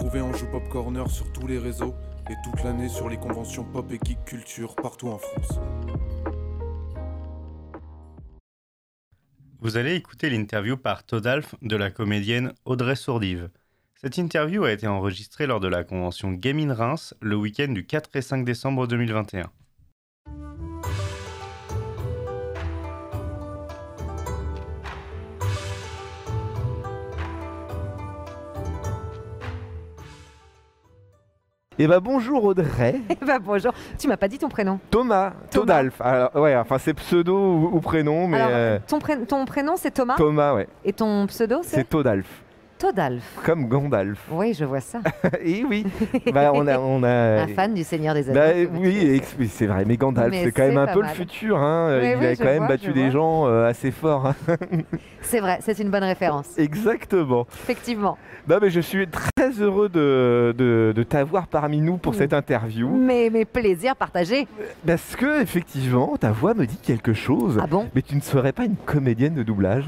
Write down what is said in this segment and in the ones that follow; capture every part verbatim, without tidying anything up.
retrouver en Joue Pop Corner sur tous les réseaux et toute l'année sur les conventions pop et geek culture partout en France. Vous allez écouter l'interview par Todalf de la comédienne Audrey Sourdive. Cette interview a été enregistrée lors de la convention Game in Reims le week-end du quatre et cinq décembre deux mille vingt et un. Eh bah bonjour Audrey. Eh bah bonjour. Tu m'as pas dit ton prénom. Thomas, Thomas. Todalf. Alors, ouais, enfin c'est pseudo ou, ou prénom, mais Alors, euh, ton, pré- ton prénom c'est Thomas Thomas, ouais. et ton pseudo c'est C'est Todalf, Todalf. comme Gandalf. Oui, je vois ça. Et oui, bah on a, on a. Un fan du Seigneur des Anneaux. Bah, que veux-tu oui, dire. ex- oui, c'est vrai, mais Gandalf, Mais c'est quand même c'est un pas peu mal. le futur. Hein. Oui, Il oui, a je quand même vois, battu je des vois. gens euh, assez forts. Hein. C'est vrai, c'est une bonne référence. Exactement. Effectivement. Bah, mais je suis très heureux de, de, de t'avoir parmi nous pour Mm. cette interview. Mais mes plaisirs partagés. Parce que, effectivement, ta voix me dit quelque chose. Ah bon? Mais tu ne serais pas une comédienne de doublage?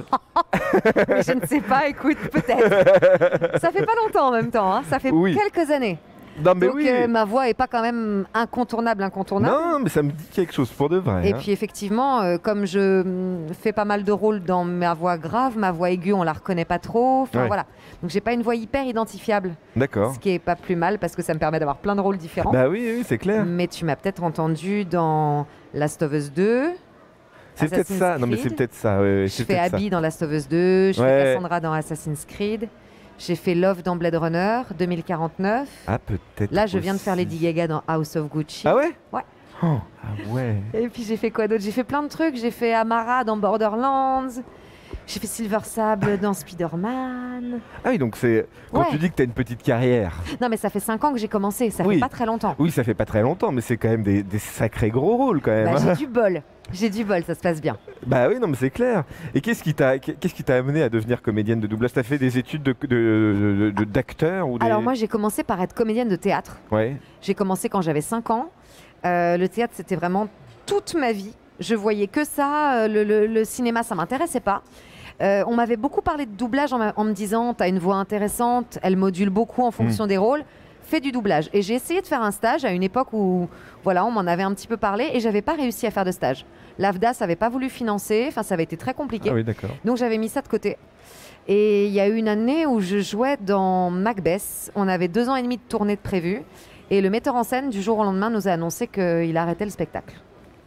Mais je ne sais pas, écoute, peut-être. Ça fait pas longtemps en même temps, hein. Ça fait Oui. quelques années. Non, mais Donc oui. euh, ma voix est pas quand même incontournable, incontournable. Non, mais ça me dit quelque chose pour de vrai. Et hein. puis effectivement, euh, comme je hum, fais pas mal de rôles dans ma voix grave, ma voix aiguë, on la reconnaît pas trop. Enfin Ouais. voilà. Donc j'ai pas une voix hyper identifiable, D'accord. ce qui est pas plus mal parce que ça me permet d'avoir plein de rôles différents. Bah oui, oui, c'est clair. Mais tu m'as peut-être entendu dans Last of Us deux. C'est peut-être Assassin's ça. Non, mais c'est Creed. peut-être ça. ouais, ouais, Je c'est fais peut-être ça. Abby dans Last of Us deux. Je Ouais. fais Cassandra dans Assassin's Creed. J'ai fait Love dans Blade Runner deux mille quarante-neuf. Ah, peut-être. Là, je viens de faire aussi. Lady Gaga dans House of Gucci. Ah ouais? Ouais. Oh, ah ouais. Et puis j'ai fait quoi d'autre? J'ai fait plein de trucs. J'ai fait Amara dans Borderlands. J'ai fait Silver Sable dans Spider-Man. Ah oui, donc c'est. Quand Ouais. tu dis que t'as une petite carrière. Non, mais ça fait cinq ans que j'ai commencé. Ça Oui. fait pas très longtemps. Oui, ça fait pas très longtemps, mais c'est quand même des, des sacrés gros rôles quand même. Bah, hein. j'ai du bol. J'ai du bol, ça se passe bien. Bah oui, non, mais c'est clair. Et qu'est-ce qui t'a, qu'est-ce qui t'a amené à devenir comédienne de doublage? T'as fait des études de, de, de- de- d'acteur ou des... Alors moi, j'ai commencé par être comédienne de théâtre. Ouais. J'ai commencé quand j'avais cinq ans. Euh, le théâtre, c'était vraiment toute ma vie. Je voyais que ça. Euh, Le, le- le cinéma, ça m'intéressait pas. Euh, on m'avait beaucoup parlé de doublage en, m'a- en me disant « T'as une voix intéressante, elle module beaucoup en fonction des rôles, fais du doublage ». Et j'ai essayé de faire un stage à une époque où voilà, on m'en avait un petit peu parlé et j'avais pas réussi à faire de stage. L'A F D A n'avait pas voulu financer, enfin ça avait été très compliqué. Ah oui, d'accord. Donc j'avais mis ça de côté. Et il y a eu une année où je jouais dans Macbeth. On avait deux ans et demi de tournée de prévu. Et le metteur en scène, du jour au lendemain, nous a annoncé qu'il arrêtait le spectacle.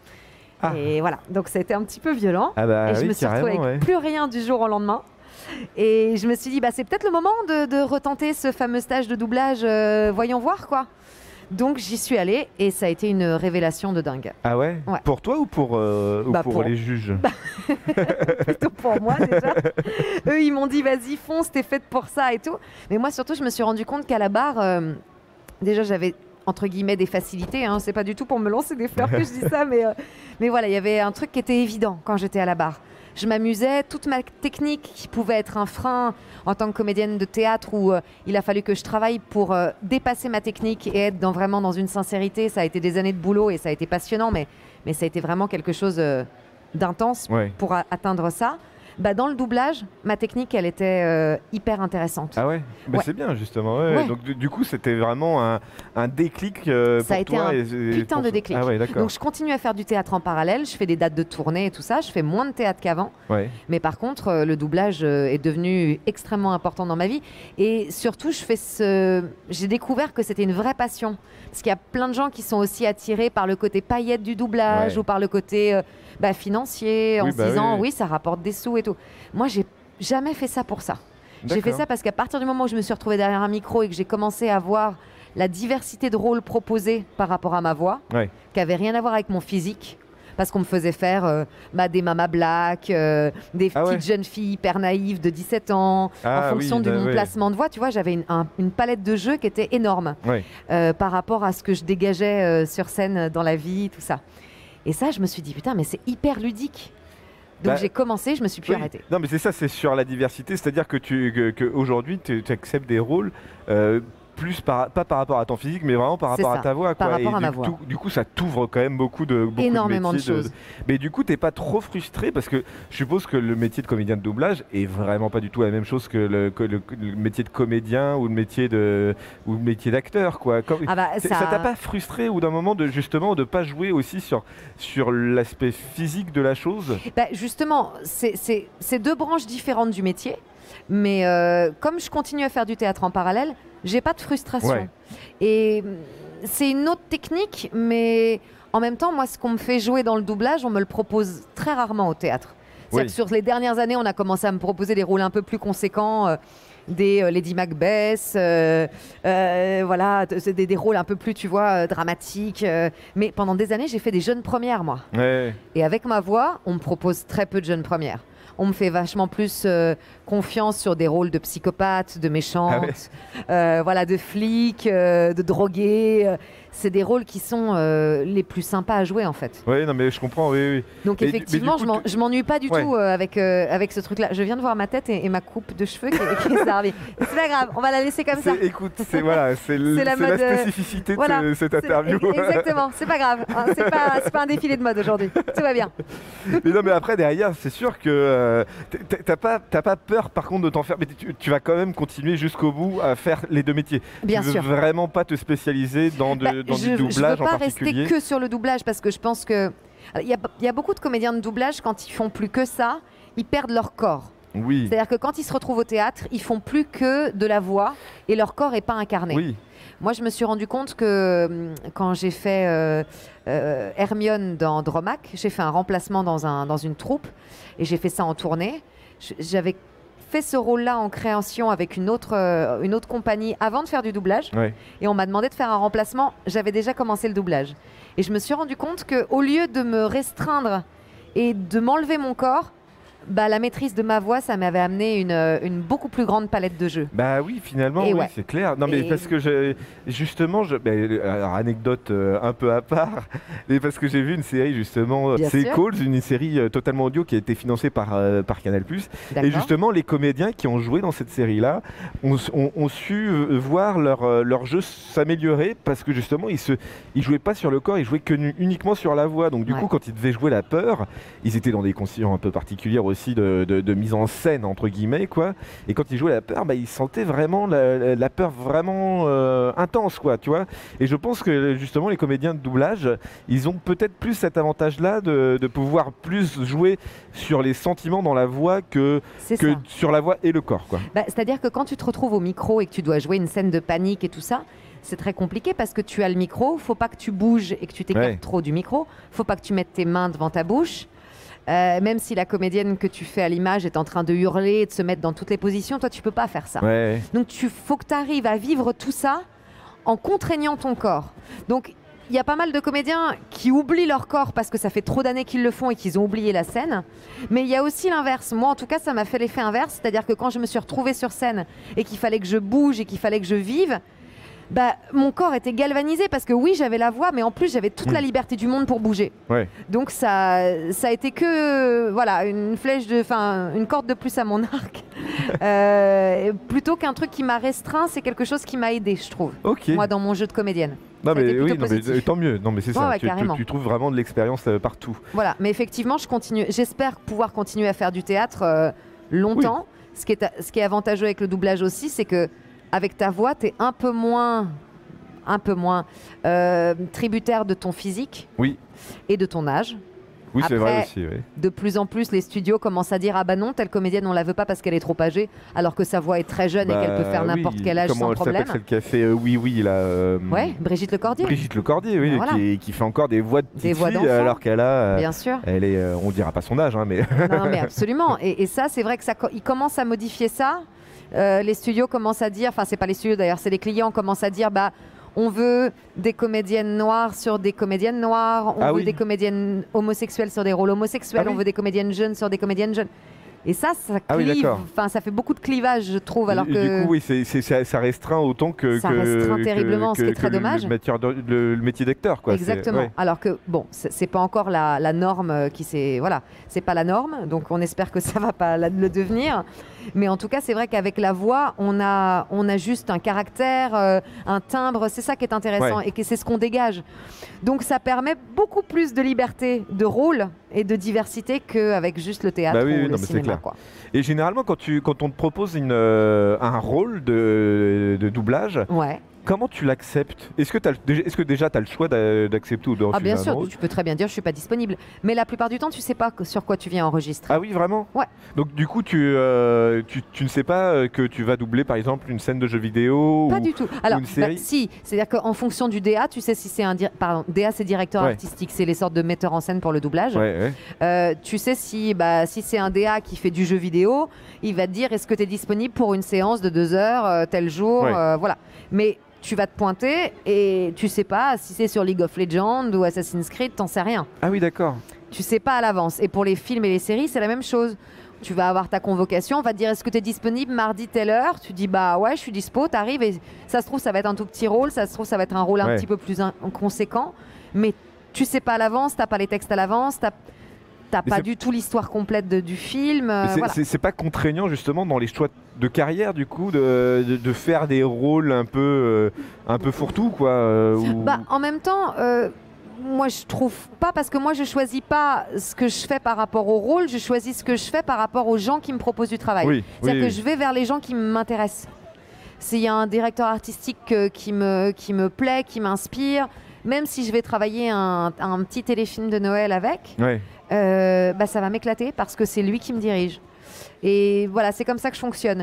Ah. Et voilà, donc ça a été un petit peu violent. Ah bah et je oui, me suis retrouvée carrément, avec ouais. plus rien du jour au lendemain. Et je me suis dit, bah, c'est peut-être le moment de, de retenter ce fameux stage de doublage. euh, voyons voir, quoi. Donc j'y suis allée et ça a été une révélation de dingue. Ah ouais, Ouais. Pour toi ou pour, euh, ou Bah, pour pour- les juges? Plutôt pour moi déjà. Eux, ils m'ont dit, vas-y, fonce, t'es faite pour ça et tout. Mais moi, surtout, je me suis rendu compte qu'à la barre, euh, déjà, j'avais entre guillemets des facilités. Hein. C'est pas du tout pour me lancer des fleurs que je dis ça, mais, euh, mais voilà, il y avait un truc qui était évident quand j'étais à la barre. Je m'amusais, toute ma technique qui pouvait être un frein en tant que comédienne de théâtre où euh, il a fallu que je travaille pour euh, dépasser ma technique et être dans, vraiment dans une sincérité. Ça a été des années de boulot et ça a été passionnant, mais, mais ça a été vraiment quelque chose euh, d'intense Ouais. pour a- atteindre ça. Bah, dans le doublage, ma technique, elle était euh, hyper intéressante. Ah ouais, bah Ouais. c'est bien justement. Ouais. Ouais. Donc du, du coup, c'était vraiment un, un déclic euh, Ça a pour été toi. un et- et putain pour- de déclic. Ah ouais, d'accord. Donc je continue à faire du théâtre en parallèle, je fais des dates de tournée et tout ça, je fais moins de théâtre qu'avant, Ouais. mais par contre euh, le doublage euh, est devenu extrêmement important dans ma vie et surtout je fais ce... j'ai découvert que c'était une vraie passion parce qu'il y a plein de gens qui sont aussi attirés par le côté paillette du doublage Ouais. ou par le côté euh, bah, financier en Oui, se bah disant oui, oui. oui ça rapporte des sous et tout. Moi j'ai jamais fait ça pour ça. J'ai fait D'accord. ça parce qu'à partir du moment où je me suis retrouvée derrière un micro et que j'ai commencé à voir la diversité de rôles proposés par rapport à ma voix, Ouais. qui avait rien à voir avec mon physique, parce qu'on me faisait faire euh, bah, des mamas black, euh, des Ah petites ouais. jeunes filles hyper naïves de dix-sept ans, Ah en fonction oui, de bah mon ouais. placement de voix. Tu vois, j'avais une, un- une palette de jeux qui était énorme Ouais. euh, par rapport à ce que je dégageais euh, sur scène dans la vie, tout ça. Et ça, je me suis dit, putain, mais c'est hyper ludique. Donc Bah, j'ai commencé, je me suis plus Oui. arrêtée. Non, mais c'est ça, c'est sur la diversité, c'est-à-dire que tu que, que aujourd'hui tu tu acceptes des rôles euh, plus par, pas par rapport à ton physique, mais vraiment par C'est rapport ça, à ta voix. par Quoi. rapport Et à du, ma voix. tout- du coup, ça t'ouvre quand même beaucoup de beaucoup Énormément de de métiers. choses. Mais du coup, t'es pas trop frustré parce que je suppose que le métier de comédien de doublage est vraiment pas du tout la même chose que le, que le- que le métier de comédien ou le métier de ou le métier d'acteur, quoi. Comme- Ah bah, c'est- ça- ça t'a pas frustré ou d'un moment de justement de pas jouer aussi sur sur l'aspect physique de la chose? Bah, justement, c'est c'est- c'est deux branches différentes du métier, mais euh, comme je continue à faire du théâtre en parallèle, j'ai pas de frustration. Ouais. Et hum, c'est une autre technique, mais en même temps, moi, ce qu'on me fait jouer dans le doublage, on me le propose très rarement au théâtre. C'est-à-dire Oui. que sur les dernières années, on a commencé à me proposer des rôles un peu plus conséquents. euh, des euh, Lady Macbeth, euh, euh, voilà, t- c'est des, des rôles un peu plus, tu vois, euh, dramatiques. euh. Mais pendant des années, j'ai fait des jeunes premières, moi. Ouais. Et avec ma voix, on me propose très peu de jeunes premières. On me fait vachement plus euh, confiance sur des rôles de psychopathe, de méchante, Ah ouais. euh, voilà, de flic, euh, de drogué. euh. C'est des rôles qui sont euh, les plus sympas à jouer en fait. Ouais, non mais je comprends, oui, oui. Donc Et du- mais effectivement, du coup, je m'en- tu- je m'ennuie pas du Ouais. tout euh, avec, euh, avec ce truc-là. Je viens de voir ma tête et, et ma coupe de cheveux qui, est- qui est servie. C'est pas grave, on va la laisser comme ça. C'est- Écoute, c'est voilà, c'est l- C'est la c'est la, mode, euh, spécificité de voilà, ce- cette C'est- interview. e- Exactement, c'est pas grave. hein, C'est pas, c'est pas un défilé de mode aujourd'hui. Tout va bien. Mais non, mais après derrière, c'est sûr que euh, t- t'as pas, t'as pas peur par contre de t'en faire. Mais tu, tu vas quand même continuer jusqu'au bout à faire les deux métiers. Bien tu veux sûr. vraiment pas te spécialiser dans, de- Bah, dans je, du je doublage veux en pas particulier. rester que sur le doublage parce que je pense que il y, a- il y a beaucoup de comédiens de doublage quand ils font plus que ça, ils perdent leur corps. Oui, C'est-à-dire que quand ils se retrouvent au théâtre, ils font plus que de la voix et leur corps est pas incarné. oui, Moi, je me suis rendu compte que hum, quand j'ai fait euh, euh, Hermione dans Dromac, j'ai fait un remplacement dans, un, dans une troupe et j'ai fait ça en tournée. Je- J'avais fait ce rôle-là en création avec une autre, euh, une autre compagnie avant de faire du doublage. ouais. Et on m'a demandé de faire un remplacement. J'avais déjà commencé le doublage. Et je me suis rendu compte qu'au lieu de me restreindre et de m'enlever mon corps, bah, la maîtrise de ma voix, ça m'avait amené une, euh, une beaucoup plus grande palette de jeux. Bah oui, finalement, Et oui, ouais. c'est clair. Non, mais Et- parce que j'ai- justement, je, bah, alors, anecdote euh, un peu à part, mais parce que j'ai vu une série justement, Bien c'est sûr. Calls, une série euh, totalement audio qui a été financée par, euh, par Canal+. Et D'accord. justement, les comédiens qui ont joué dans cette série-là ont, ont- ont su euh, voir leur, euh, leur jeu s'améliorer parce que justement, ils se, ils jouaient pas sur le corps, ils jouaient que nu- uniquement sur la voix. Donc du Ouais. coup, quand ils devaient jouer la peur, ils étaient dans des conditions un peu particulières aussi de, de- de mise en scène entre guillemets, quoi. Et quand ils jouaient la peur, bah, ils sentaient vraiment la, la- la peur vraiment euh, intense, quoi, tu vois. Et je pense que justement, les comédiens de doublage, ils ont peut-être plus cet avantage-là de, de pouvoir plus jouer sur les sentiments dans la voix que C'est que ça. sur la voix et le corps, quoi. Bah, c'est-à-dire que quand tu te retrouves au micro et que tu dois jouer une scène de panique et tout ça, c'est très compliqué parce que tu as le micro, faut pas que tu bouges et que tu t'écartes Ouais. trop du micro, faut pas que tu mettes tes mains devant ta bouche. Euh, même si la comédienne que tu fais à l'image est en train de hurler et de se mettre dans toutes les positions, toi tu peux pas faire ça. Ouais. Donc tu faut que tu arrives à vivre tout ça en contraignant ton corps. Donc il y a pas mal de comédiens qui oublient leur corps parce que ça fait trop d'années qu'ils le font et qu'ils ont oublié la scène. Mais il y a aussi l'inverse. Moi, en tout cas, ça m'a fait l'effet inverse. C'est-à-dire que quand je me suis retrouvée sur scène et qu'il fallait que je bouge et qu'il fallait que je vive, bah, mon corps était galvanisé parce que oui, j'avais la voix, mais en plus, j'avais toute Mm. la liberté du monde pour bouger. Ouais. Donc ça, ça a été que voilà, une flèche de, enfin, une corde de plus à mon arc. Euh, plutôt qu'un truc qui m'a restreint, c'est quelque chose qui m'a aidé, je trouve. Ok. Moi, dans mon jeu de comédienne. non ça a été mais oui, plutôt non, mais, positif. tant mieux. Non mais c'est Ouais, ça. ouais, tu, tu- carrément. tu trouves vraiment de l'expérience euh, partout. Voilà, mais effectivement, je continue. J'espère pouvoir continuer à faire du théâtre euh, longtemps. Ce, qui est, a- ce qui est avantageux avec le doublage aussi, c'est que avec ta voix, tu es un peu moins, un peu moins euh, tributaire de ton physique Oui. et de ton âge. Oui, c'est vrai Après, aussi. Oui. De plus en plus, les studios commencent à dire ah bah non, telle comédienne on la veut pas parce qu'elle est trop âgée, alors que sa voix est très jeune et qu'elle peut faire Bah n'importe oui, quel âge comment sans elle s'appelle, problème. celle qui a fait euh, Oui Oui là. euh, Ouais, Brigitte Lecordier, Brigitte Lecordier, oui, Ben voilà. qui, qui fait encore des voix de Des petite voix fille, d'enfant. alors qu'elle a, euh, bien sûr. elle est, euh, on dira pas son âge, hein, mais Non, non, mais absolument. Et, et ça, c'est vrai que ça, co- ils commencent à modifier ça. Euh, les studios commencent à dire, enfin, c'est pas les studios d'ailleurs, c'est les clients commencent à dire, bah, on veut des comédiennes noires sur des comédiennes noires, on Ah veut oui. des comédiennes homosexuelles sur des rôles homosexuels, Ah oui. on veut des comédiennes jeunes sur des comédiennes jeunes. Et ça, ça Ah oui, clive. d'accord. Enfin, ça fait beaucoup de clivage, je trouve. Alors du, que du coup, oui, c'est, c'est- ça, ça restreint autant que Ça que, restreint que- terriblement, ce que- qui est que très le- dommage. Le, métier de- le- le métier d'acteur, quoi. c'est- exactement. ouais. Alors que bon, c'est c'est pas encore la, la norme euh, qui s'est, voilà, c'est pas la norme. Donc on espère que ça va pas la- le devenir. Mais en tout cas, c'est vrai qu'avec la voix, on a, on a juste un caractère, euh, un timbre. C'est ça qui est intéressant Ouais. et que c'est ce qu'on dégage. Donc ça permet beaucoup plus de liberté de rôle et de diversité qu'avec juste le théâtre Bah oui, ou oui, le non, mais c'est cinéma. clair. Quoi. Et généralement, quand, tu, quand on te propose une, euh, un rôle de, de doublage, Ouais. comment tu l'acceptes? Est-ce que, t'as le- déjà- est-ce que déjà tu as le choix d'a- d'accepter ou de Ah refuser bien un sûr, rôle? tu peux très bien dire je suis pas disponible. Mais la plupart du temps, tu sais pas que- sur quoi tu viens enregistrer. Ah oui, vraiment? Ouais. Donc du coup, tu, euh, tu, tu ne sais pas euh, que tu vas doubler par exemple une scène de jeu vidéo Pas ou... du tout. Alors, une bah, série si, c'est-à-dire qu'en fonction du D A, tu sais si c'est un. dir- Pardon, D A, c'est directeur Ouais. artistique, c'est les sortes de metteurs en scène pour le doublage. Ouais, ouais. Euh, tu sais si, bah, si c'est un D A qui fait du jeu vidéo, il va te dire est-ce que tu es disponible pour une séance de deux heures, euh, tel jour, Ouais. euh, voilà. Mais tu vas te pointer et tu sais pas si c'est sur League of Legends ou Assassin's Creed, t'en sais rien. Ah oui, d'accord. Tu sais pas à l'avance. Et pour les films et les séries, c'est la même chose. Tu vas avoir ta convocation, on va te dire est-ce que tu es disponible mardi telle heure? Tu dis bah ouais, je suis dispo, t'arrives et ça se trouve ça va être un tout petit rôle, ça se trouve ça va être un rôle un Ouais. petit peu plus in- conséquent, mais tu sais pas à l'avance, t'as pas les textes à l'avance, t'as t'as Mais pas c'est- du tout l'histoire complète de- du film. euh, Mais c'est voilà. c'est- c'est pas contraignant justement dans les choix de carrière du coup de, de, de faire des rôles un peu, euh, un peu fourre-tout quoi euh, ou- Bah, en même temps, euh, moi je trouve pas parce que moi je choisis pas ce que je fais par rapport au rôle, je choisis ce que je fais par rapport aux gens qui me proposent du travail. Oui, C'est-à-dire oui, que oui. je vais vers les gens qui m'intéressent. S'il y a un directeur artistique euh, qui, me, qui me plaît, qui m'inspire, même si je vais travailler un, un petit téléfilm de Noël avec, Ouais. euh, bah, ça va m'éclater parce que c'est lui qui me dirige. Et voilà, c'est comme ça que je fonctionne.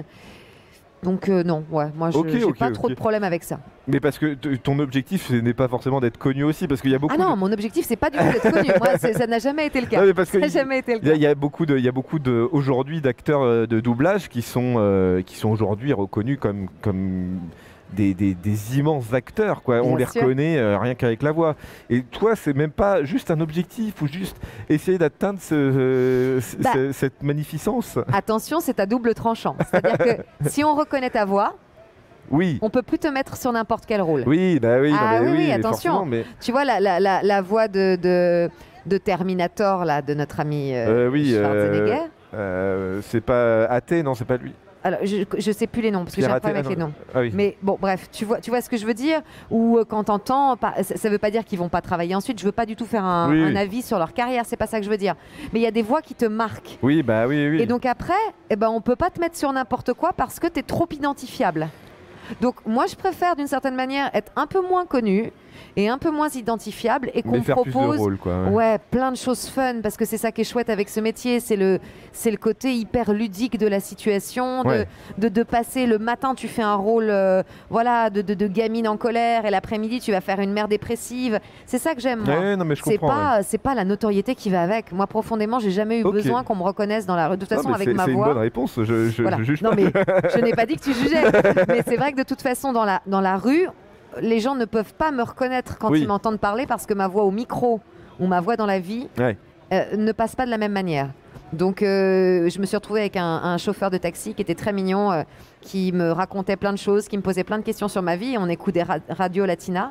Donc euh, non, ouais, moi je Ok, n'ai ok, pas ok. trop de problème avec ça. Mais parce que t- ton objectif ce n'est pas forcément d'être connu aussi parce qu'il y a beaucoup Ah non, de... mon objectif c'est pas du tout d'être connu. Moi, c'est- ça n'a jamais été le cas. Non, mais parce que Ça n'a il- jamais été le Il y, a, cas. il y a beaucoup de, il y a beaucoup de aujourd'hui d'acteurs euh, de doublage qui sont, euh, qui sont aujourd'hui reconnus comme, comme des, des- des immenses acteurs. Quoi. On Bien les sûr. reconnaît euh, rien qu'avec la voix. Et toi, c'est même pas juste un objectif ou juste essayer d'atteindre ce, euh, c- Bah. ce- cette magnificence. Attention, c'est à double tranchant. C'est-à-dire que si on reconnaît ta voix, Oui. on peut plus te mettre sur n'importe quel rôle. Oui, bah oui, non, Ah mais oui, oui, mais attention. forcément, mais Tu vois la, la, la, la voix de, de, de Terminator là, de notre ami euh, Euh, oui, Schwarzenegger. euh, c'est pas Athée, non, c'est pas lui. Alors, je, je sais plus les noms parce que j'ai Pierre un problème Athée, avec les ah, noms. Ah oui. Mais bon, bref, tu vois, tu vois ce que je veux dire? Ou euh, quand t'entends, pas- ça, ça veut pas dire qu'ils vont pas travailler ensuite. Je veux pas du tout faire un, Oui, un oui. avis sur leur carrière. C'est pas ça que je veux dire. Mais il y a des voix qui te marquent. Oui, bah oui, oui. Et donc après, eh ben, on peut pas te mettre sur n'importe quoi parce que tu es trop identifiable. Donc moi, je préfère d'une certaine manière être un peu moins connu et un peu moins identifiable et qu'on mais me faire plus propose de rôles, quoi. ouais. ouais, plein de choses fun parce que c'est ça qui est chouette avec ce métier, c'est le, c'est le côté hyper ludique de la situation, de, Ouais. de, de passer le matin, tu fais un rôle euh, voilà, de, de, de gamine en colère et l'après-midi, tu vas faire une mère dépressive. C'est ça que j'aime, moi. Ouais, non, mais je C'est comprends. ouais. pas, c'est pas la notoriété qui va avec. Moi, profondément, j'ai jamais eu Ok. besoin qu'on me reconnaisse dans la rue. De toute Non, façon, mais avec c'est ma c'est une voix. bonne réponse. Je, je, Voilà. je juge Non, pas. mais je n'ai pas dit que tu jugeais. Mais c'est vrai que de toute façon, dans la, dans la rue, les gens ne peuvent pas me reconnaître quand Oui. ils m'entendent parler parce que ma voix au micro ou ma voix dans la vie Ouais. euh, ne passe pas de la même manière. Donc, euh, je me suis retrouvée avec un, un chauffeur de taxi qui était très mignon, euh, qui me racontait plein de choses, qui me posait plein de questions sur ma vie. On écoutait ra- Radio Latina.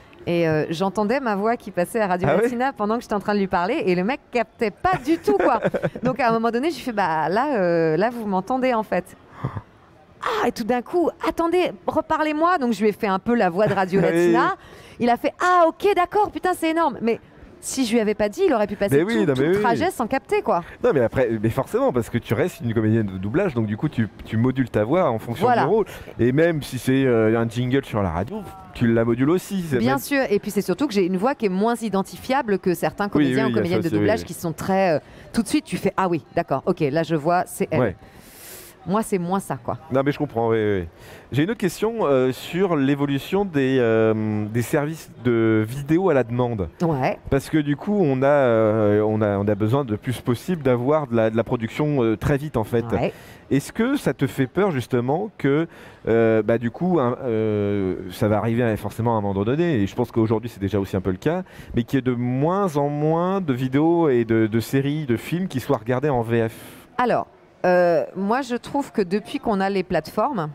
Et euh, j'entendais ma voix qui passait à Radio Ah ouais Latina pendant que j'étais en train de lui parler et le mec captait pas du tout quoi. Donc à un moment donné, j'ai fait bah là, euh, là vous m'entendez en fait. Ah et tout d'un coup, attendez, reparlez-moi. Donc je lui ai fait un peu la voix de Radio Oui. Latina. Il a fait ah ok d'accord putain c'est énorme. Mais si je lui avais pas dit, il aurait pu passer Mais oui, tout, non, tout mais le oui. trajet sans capter quoi. Non, mais après, mais forcément, parce que tu restes une comédienne de doublage, donc du coup, tu, tu modules ta voix en fonction Voilà. du rôle. Et même si c'est euh, un jingle sur la radio, tu la modules aussi. c'est Bien même- sûr, et puis c'est surtout que j'ai une voix qui est moins identifiable que certains comédiens oui, il ou y a comédiennes ça de aussi, doublage oui, oui. qui sont très. euh, tout de suite, tu fais ah oui, d'accord, ok, là je vois, c'est elle. Ouais. Moi, c'est moins ça quoi. Non, mais je comprends, oui, oui. J'ai une autre question euh, sur l'évolution des, euh, des services de vidéo à la demande. Ouais. Parce que du coup, on a, euh, on a, on a besoin de plus possible d'avoir de la, de la production euh, très vite, en fait. ouais. Est-ce que ça te fait peur justement que euh, bah, du coup hein, euh, ça va arriver à- forcément à un moment donné, et je pense qu'aujourd'hui c'est déjà aussi un peu le cas, mais qu'il y ait de moins en moins de vidéos et de, de séries, de films qui soient regardés en V F? Alors, euh, moi, je trouve que depuis qu'on a les plateformes,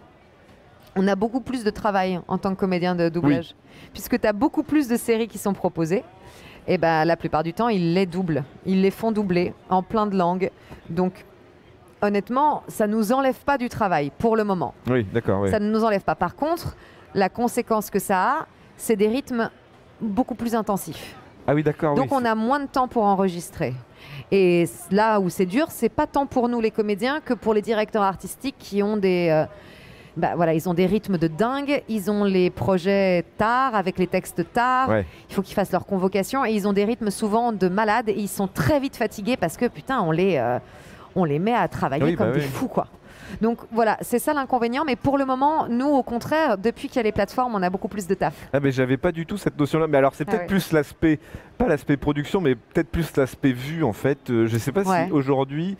on a beaucoup plus de travail en tant que comédien de doublage. Puisque tu as beaucoup plus de séries qui sont proposées. Et ben, la plupart du temps, ils les doublent. Ils les font doubler en plein de langues. Donc, honnêtement, ça nous enlève pas du travail pour le moment. Oui, d'accord. Oui. Ça ne nous enlève pas. Par contre, la conséquence que ça a, c'est des rythmes beaucoup plus intensifs. Ah oui, d'accord. Donc oui, on a moins de temps pour enregistrer. Et là où c'est dur, c'est pas tant pour nous les comédiens que pour les directeurs artistiques qui ont des, euh, bah, voilà, ils ont des rythmes de dingue, ils ont les projets tard avec les textes tard, Ouais. il faut qu'ils fassent leur convocation et ils ont des rythmes souvent de malades et ils sont très vite fatigués parce que putain on les, euh, on les met à travailler Oui, comme bah des oui. fous quoi. Donc voilà, c'est ça l'inconvénient, mais pour le moment, nous au contraire, depuis qu'il y a les plateformes, on a beaucoup plus de taf. Ah mais j'avais pas du tout cette notion-là. Mais alors c'est Ah peut-être ouais. plus l'aspect, pas l'aspect production, mais peut-être plus l'aspect vue en fait. Euh, je sais pas Ouais. si aujourd'hui,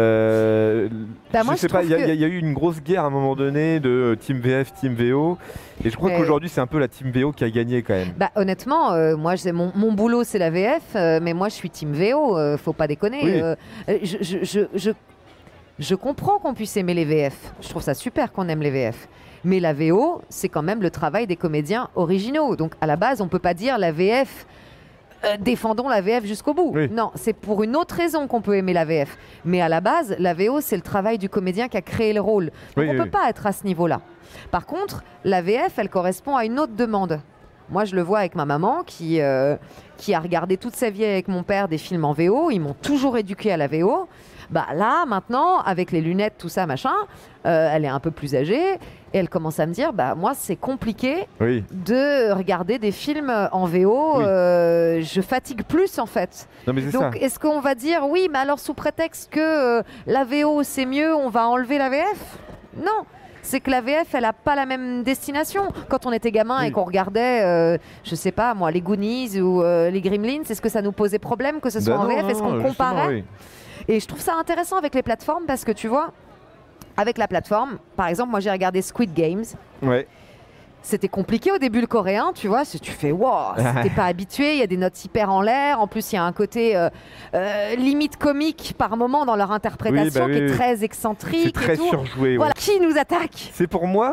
euh, Bah, je moi, sais je pas, trouve il y, a- que- il y a eu une grosse guerre à un moment donné de euh, Team V F, Team V O, et je crois Mais- qu'aujourd'hui c'est un peu la Team V O qui a gagné quand même. Bah honnêtement, euh, moi j'ai- mon, mon boulot c'est la V F, euh, mais moi je suis team V O, euh, faut pas déconner. Oui. Euh, euh, je, je, je, je, je comprends qu'on puisse aimer les V F, je trouve ça super qu'on aime les V F. Mais la V O, c'est quand même le travail des comédiens originaux. Donc à la base, on peut pas dire la V F, euh, défendons la V F jusqu'au bout. Oui. Non, c'est pour une autre raison qu'on peut aimer la V F. Mais à la base, la V O, c'est le travail du comédien qui a créé le rôle. Donc Oui, on oui, peut oui. pas être à ce niveau-là. Par contre, la V F, elle correspond à une autre demande. Moi, je le vois avec ma maman qui, euh, qui a regardé toute sa vie avec mon père des films en V O. Ils m'ont toujours éduqué à la V O. Bah là, maintenant, avec les lunettes, tout ça, machin, euh, elle est un peu plus âgée et elle commence à me dire, bah moi, c'est compliqué Oui. de regarder des films en V O. Oui. euh, je fatigue plus, en fait. Non mais c'est ça. Donc, est-ce qu'on va dire, oui, mais alors sous prétexte que euh, la V O, c'est mieux, on va enlever la V F? Non. C'est que la V F, elle n'a pas la même destination. Quand on était gamin Oui. et qu'on regardait, euh, je sais pas moi, les Goonies ou euh, les Gremlins, est-ce que ça nous posait problème que ce soit Bah en non, V F? non, Est-ce qu'on non, justement, comparait? oui. Et je trouve ça intéressant avec les plateformes parce que tu vois, avec la plateforme, par exemple, moi j'ai regardé Squid Games. Ouais. C'était compliqué au début le coréen, tu vois, si tu fais wow, si t'es pas habitué, il y a des notes hyper en l'air, en plus il y a un côté euh, euh, limite comique par moment dans leur interprétation Oui, bah qui oui, est oui. très C'est excentrique très et tout. surjoué. ouais. Voilà, qui nous attaque? C'est pour moi.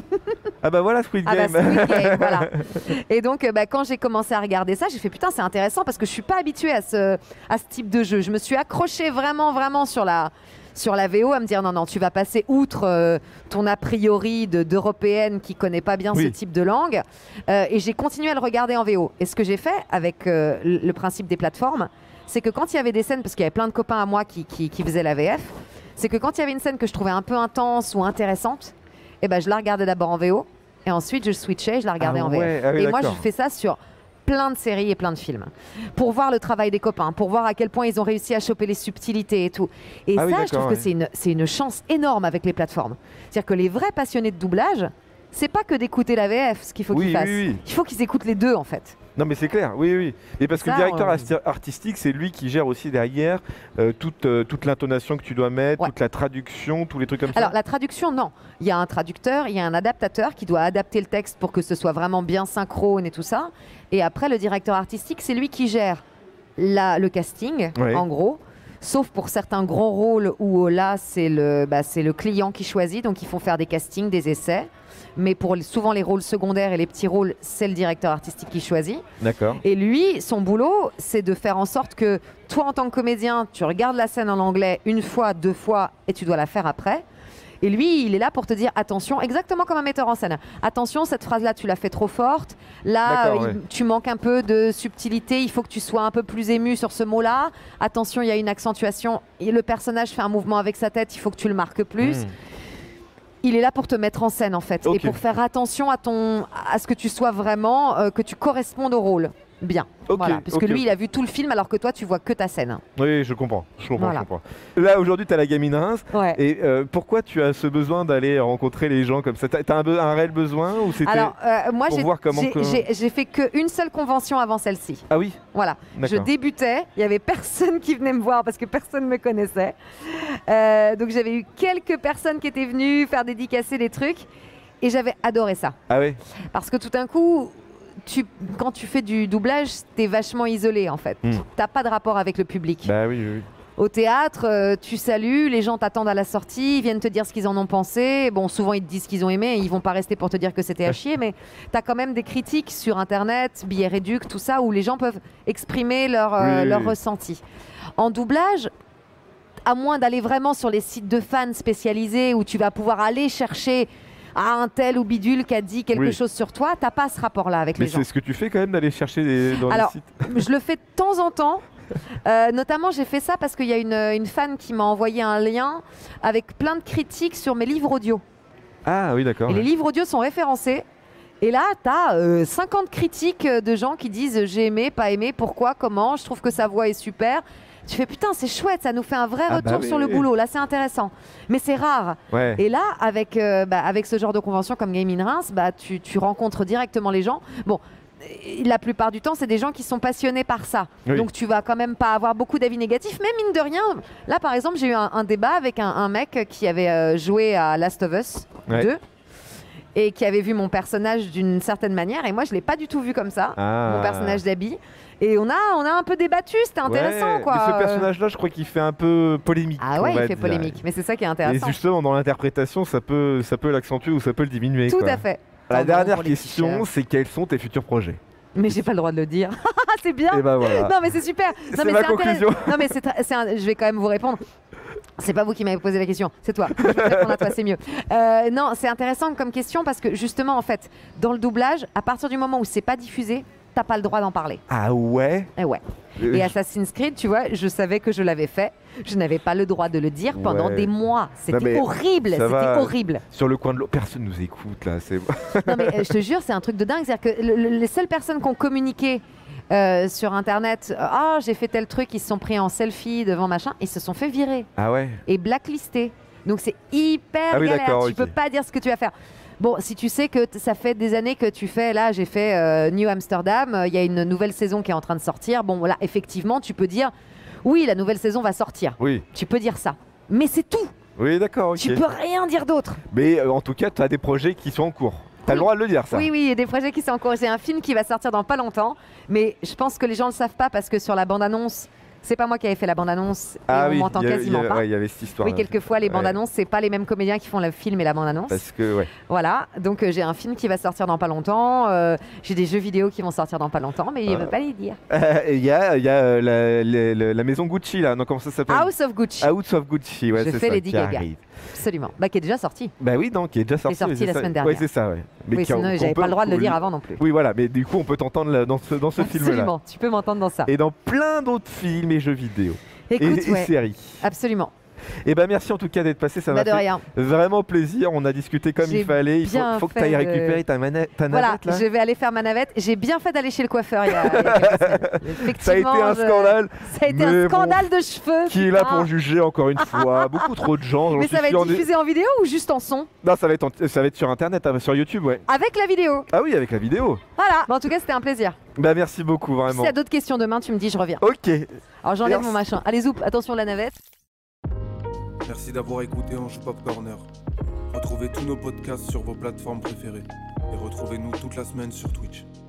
Ah bah voilà Squid Ah bah, Game. Squid Game, voilà. Et donc, euh, bah, quand j'ai commencé à regarder ça, j'ai fait putain, c'est intéressant parce que je suis pas habituée à ce, à ce type de jeu. Je me suis accrochée vraiment, vraiment sur la, sur la V O à me dire non, non, tu vas passer outre euh, ton a priori de- d'européenne qui connaît pas bien Oui. ce type de langue. Euh, et j'ai continué à le regarder en V O. Et ce que j'ai fait avec euh, le le principe des plateformes, c'est que quand il y avait des scènes, parce qu'il y avait plein de copains à moi qui, qui, qui faisaient la V F, c'est que quand il y avait une scène que je trouvais un peu intense ou intéressante, eh ben, je la regardais d'abord en V O et ensuite je switchais et je la regardais Ah en V F. ouais, ah oui, et moi, je d'accord. fais ça sur plein de séries et plein de films pour voir le travail des copains, pour voir à quel point ils ont réussi à choper les subtilités et tout. Et Ah ça, oui, je d'accord, trouve que ouais. c'est une, c'est une chance énorme avec les plateformes. C'est-à-dire que les vrais passionnés de doublage, c'est pas que d'écouter la V F ce qu'il faut Oui, qu'ils fassent. oui, oui. Il faut qu'ils écoutent les deux en fait. Non mais c'est clair, oui, oui. Et parce que Ça, le directeur on- asti- artistique, c'est lui qui gère aussi derrière euh, toute, euh, toute l'intonation que tu dois mettre, Ouais. toute la traduction, tous les trucs comme Alors ça. la traduction, non. Il y a un traducteur, il y a un adaptateur qui doit adapter le texte pour que ce soit vraiment bien synchrone et tout ça. Et après, le directeur artistique, c'est lui qui gère la- le casting, Ouais. en gros. Sauf pour certains grands rôles où euh, là, c'est le, bah, c'est le client qui choisit. Donc, ils font faire des castings, des essais. Mais pour les- souvent les rôles secondaires et les petits rôles, c'est le directeur artistique qui choisit. D'accord. Et lui, son boulot, c'est de faire en sorte que toi, en tant que comédien, tu regardes la scène en anglais une fois, deux fois, et tu dois la faire après. Et lui, il est là pour te dire attention, exactement comme un metteur en scène. Attention, cette phrase-là, tu l'as fait trop forte. Là, D'accord, euh, ouais. il- tu manques un peu de subtilité. Il faut que tu sois un peu plus ému sur ce mot-là. Attention, il y a une accentuation. Et le personnage fait un mouvement avec sa tête. Il faut que tu le marques plus. Hmm. Il est là pour te mettre en scène en fait Ok. et pour faire attention à ton à ce que tu sois vraiment euh, que tu correspondes au rôle bien. Ok, Voilà, parce que ok, lui ok. il a vu tout le film alors que toi tu vois que ta scène. Oui, je comprends, je comprends, Voilà. je comprends. Là, aujourd'hui, tu as la gamine Reims. Ouais. Et euh, pourquoi tu as ce besoin d'aller rencontrer les gens comme ça? Tu as un, be- un réel besoin ou c'était... Alors euh, moi pour j'ai voir comment j'ai- que- j'ai j'ai fait qu'une seule convention avant celle-ci. Ah oui, Voilà, je d'accord. débutais, il y avait personne qui venait me voir parce que personne me connaissait. Euh, donc j'avais eu quelques personnes qui étaient venues faire dédicacer des trucs et j'avais adoré ça. Ah oui, Parce que tout d'un coup, tu, quand tu fais du doublage, t'es vachement isolé en fait. Mm. T'as pas de rapport avec le public. bah oui, oui, oui. Au théâtre, euh, tu salues, les gens t'attendent à la sortie, ils viennent te dire ce qu'ils en ont pensé. Bon, souvent ils te disent ce qu'ils ont aimé, et ils vont pas rester pour te dire que c'était à chier, mais t'as quand même des critiques sur internet, billets réducs, tout ça, où les gens peuvent exprimer leur, euh, Oui, oui, leur oui. ressenti. En doublage, à moins d'aller vraiment sur les sites de fans spécialisés où tu vas pouvoir aller chercher à un tel ou bidule qui a dit quelque Oui. chose sur toi, t'as pas ce rapport-là avec Mais les gens. c'est ce que tu fais quand même d'aller chercher les, dans Alors, les sites. Je le fais de temps en temps. Euh, notamment, j'ai fait ça parce qu'il y a une, une fan qui m'a envoyé un lien avec plein de critiques sur mes livres audio. Ah oui, d'accord. Et les ouais. livres audio sont référencés. Et là, tu as euh, cinquante critiques de gens qui disent j'ai aimé, pas aimé, pourquoi, comment, je trouve que sa voix est super. Tu fais putain, c'est chouette, ça nous fait un vrai Ah retour bah oui, sur le oui. boulot. Là, c'est intéressant. Mais c'est rare. Ouais. Et là, avec, euh, bah, avec ce genre de convention comme Game in Reims, bah, tu, tu rencontres directement les gens. Bon, et la plupart du temps, c'est des gens qui sont passionnés par ça. Oui. Donc, tu vas quand même pas avoir beaucoup d'avis négatifs. Mais mine de rien, là, par exemple, j'ai eu un, un débat avec un, un mec qui avait euh, joué à Last of Us Ouais. deux et qui avait vu mon personnage d'une certaine manière. Et moi, je l'ai pas du tout vu comme ça, Ah. mon personnage d'Abby. Et on a, on a un peu débattu, c'était intéressant, Ouais, quoi. Mais ce personnage-là, je crois qu'il fait un peu polémique. Ah on ouais, va il fait dire. polémique. Mais c'est ça qui est Et intéressant. justement, dans l'interprétation, ça peut, ça peut l'accentuer ou ça peut le diminuer. Tout quoi. à fait. La Tant bon dernière pour les question, t-shirts. c'est quels sont tes futurs projets? Mais j'ai pas le droit de le dire. C'est bien. Et ben voilà. Non mais c'est super. Non, C'est mais ma c'est intéressant. conclusion. Non mais c'est, tra- c'est un- je vais quand même vous répondre. C'est pas vous qui m'avez posé la question, c'est toi. Je vais te répondre à toi, c'est mieux. Euh, non, c'est intéressant comme question parce que justement en fait, dans le doublage, à partir du moment où c'est pas diffusé, t'as pas le droit d'en parler. Ah ouais. Et ouais. Euh, Et Assassin's Creed, tu vois, je savais que je l'avais fait. Je n'avais pas le droit de le dire pendant Ouais. des mois. C'était mais horrible. ça C'était va. horrible. Sur le coin de l'eau, personne nous écoute là. C'est Non mais euh, je te jure, c'est un truc de dingue. C'est-à-dire que le- le- les seules personnes qui ont communiqué euh, sur Internet, euh, ah j'ai fait tel truc, ils se sont pris en selfie devant machin, ils se sont fait virer ah ouais. et blacklistés. Donc c'est hyper Ah oui, galère. d'accord, Tu ok. peux pas dire ce que tu vas faire. Bon, si tu sais que t- ça fait des années que tu fais, là j'ai fait euh, New Amsterdam, euh, il y a une nouvelle saison qui est en train de sortir. Bon voilà, effectivement, tu peux dire oui, la nouvelle saison va sortir. Oui. Tu peux dire ça. Mais c'est tout. Oui, d'accord. Ok. Tu peux rien dire d'autre. Mais euh, en tout cas, tu as des projets qui sont en cours. T'as Oui. le droit de le dire, ça. Oui, oui, il y a des projets qui sont en cours. J'ai un film qui va sortir dans pas longtemps, mais je pense que les gens ne le savent pas parce que sur la bande-annonce, c'est pas moi qui avais fait la bande-annonce et Ah on oui, m'entend il y a- quasiment il y a- pas. ouais, il y avait cette histoire. Oui, quelquefois, les Ouais. bandes-annonces, c'est pas les mêmes comédiens qui font le film et la bande-annonce. Parce que, ouais. Voilà, donc euh, j'ai un film qui va sortir dans pas longtemps. euh, j'ai des jeux vidéo qui vont sortir dans pas longtemps, mais il ne Ah. va pas les dire. Et Il y a, il y a euh, la, la- la- la maison Gucci, là. Non, comment ça s'appelle? House of Gucci, House of Gucci, ouais, Je c'est fais ça Lady qui Gaga. arrive. absolument. Bah, qui est déjà sorti. Bah oui, non, qui est déjà sorti. sorti oui, c'est la ça. semaine Ouais, dernière. c'est ça, ouais. Oui, qui- sinon, qu'on j'avais peut- pas le droit de le qu'on- dire avant non plus. Oui, voilà, mais du coup, on peut t'entendre là, dans ce, dans ce film-là. Absolument, tu peux m'entendre dans ça. Et dans plein d'autres films et jeux vidéo. Écoute, et, et ouais, séries. absolument. Et ben merci en tout cas d'être passé, ça Bah, m'a de fait rien. vraiment plaisir. On a discuté comme J'ai il fallait. Il faut, bien faut que tu fait ailles de- récupérer ta, mana- ta Voilà, navette là. je vais aller faire ma navette. J'ai bien fait d'aller chez le coiffeur il y a, il y a quelques semaines. Ça a été Effectivement, un je- scandale. Ça a été Mais un bon, scandale de cheveux. Qui est là putain. pour juger encore une fois. Beaucoup trop de gens. j'en Mais suis ça va sûr. être diffusé en vidéo ou juste en son? Non, ça va être, en- ça va être sur internet, hein, sur YouTube, ouais. Avec la vidéo. Ah oui, avec la vidéo. Voilà. Bon, en tout cas, c'était un plaisir. Bah merci beaucoup, Si vraiment. tu as d'autres questions demain, tu me dis, je reviens. Ok. Alors j'enlève Merci. mon machin. Allez, zoup, attention la navette. Merci d'avoir écouté Ange Pop Corner. Retrouvez tous nos podcasts sur vos plateformes préférées et retrouvez-nous toute la semaine sur Twitch.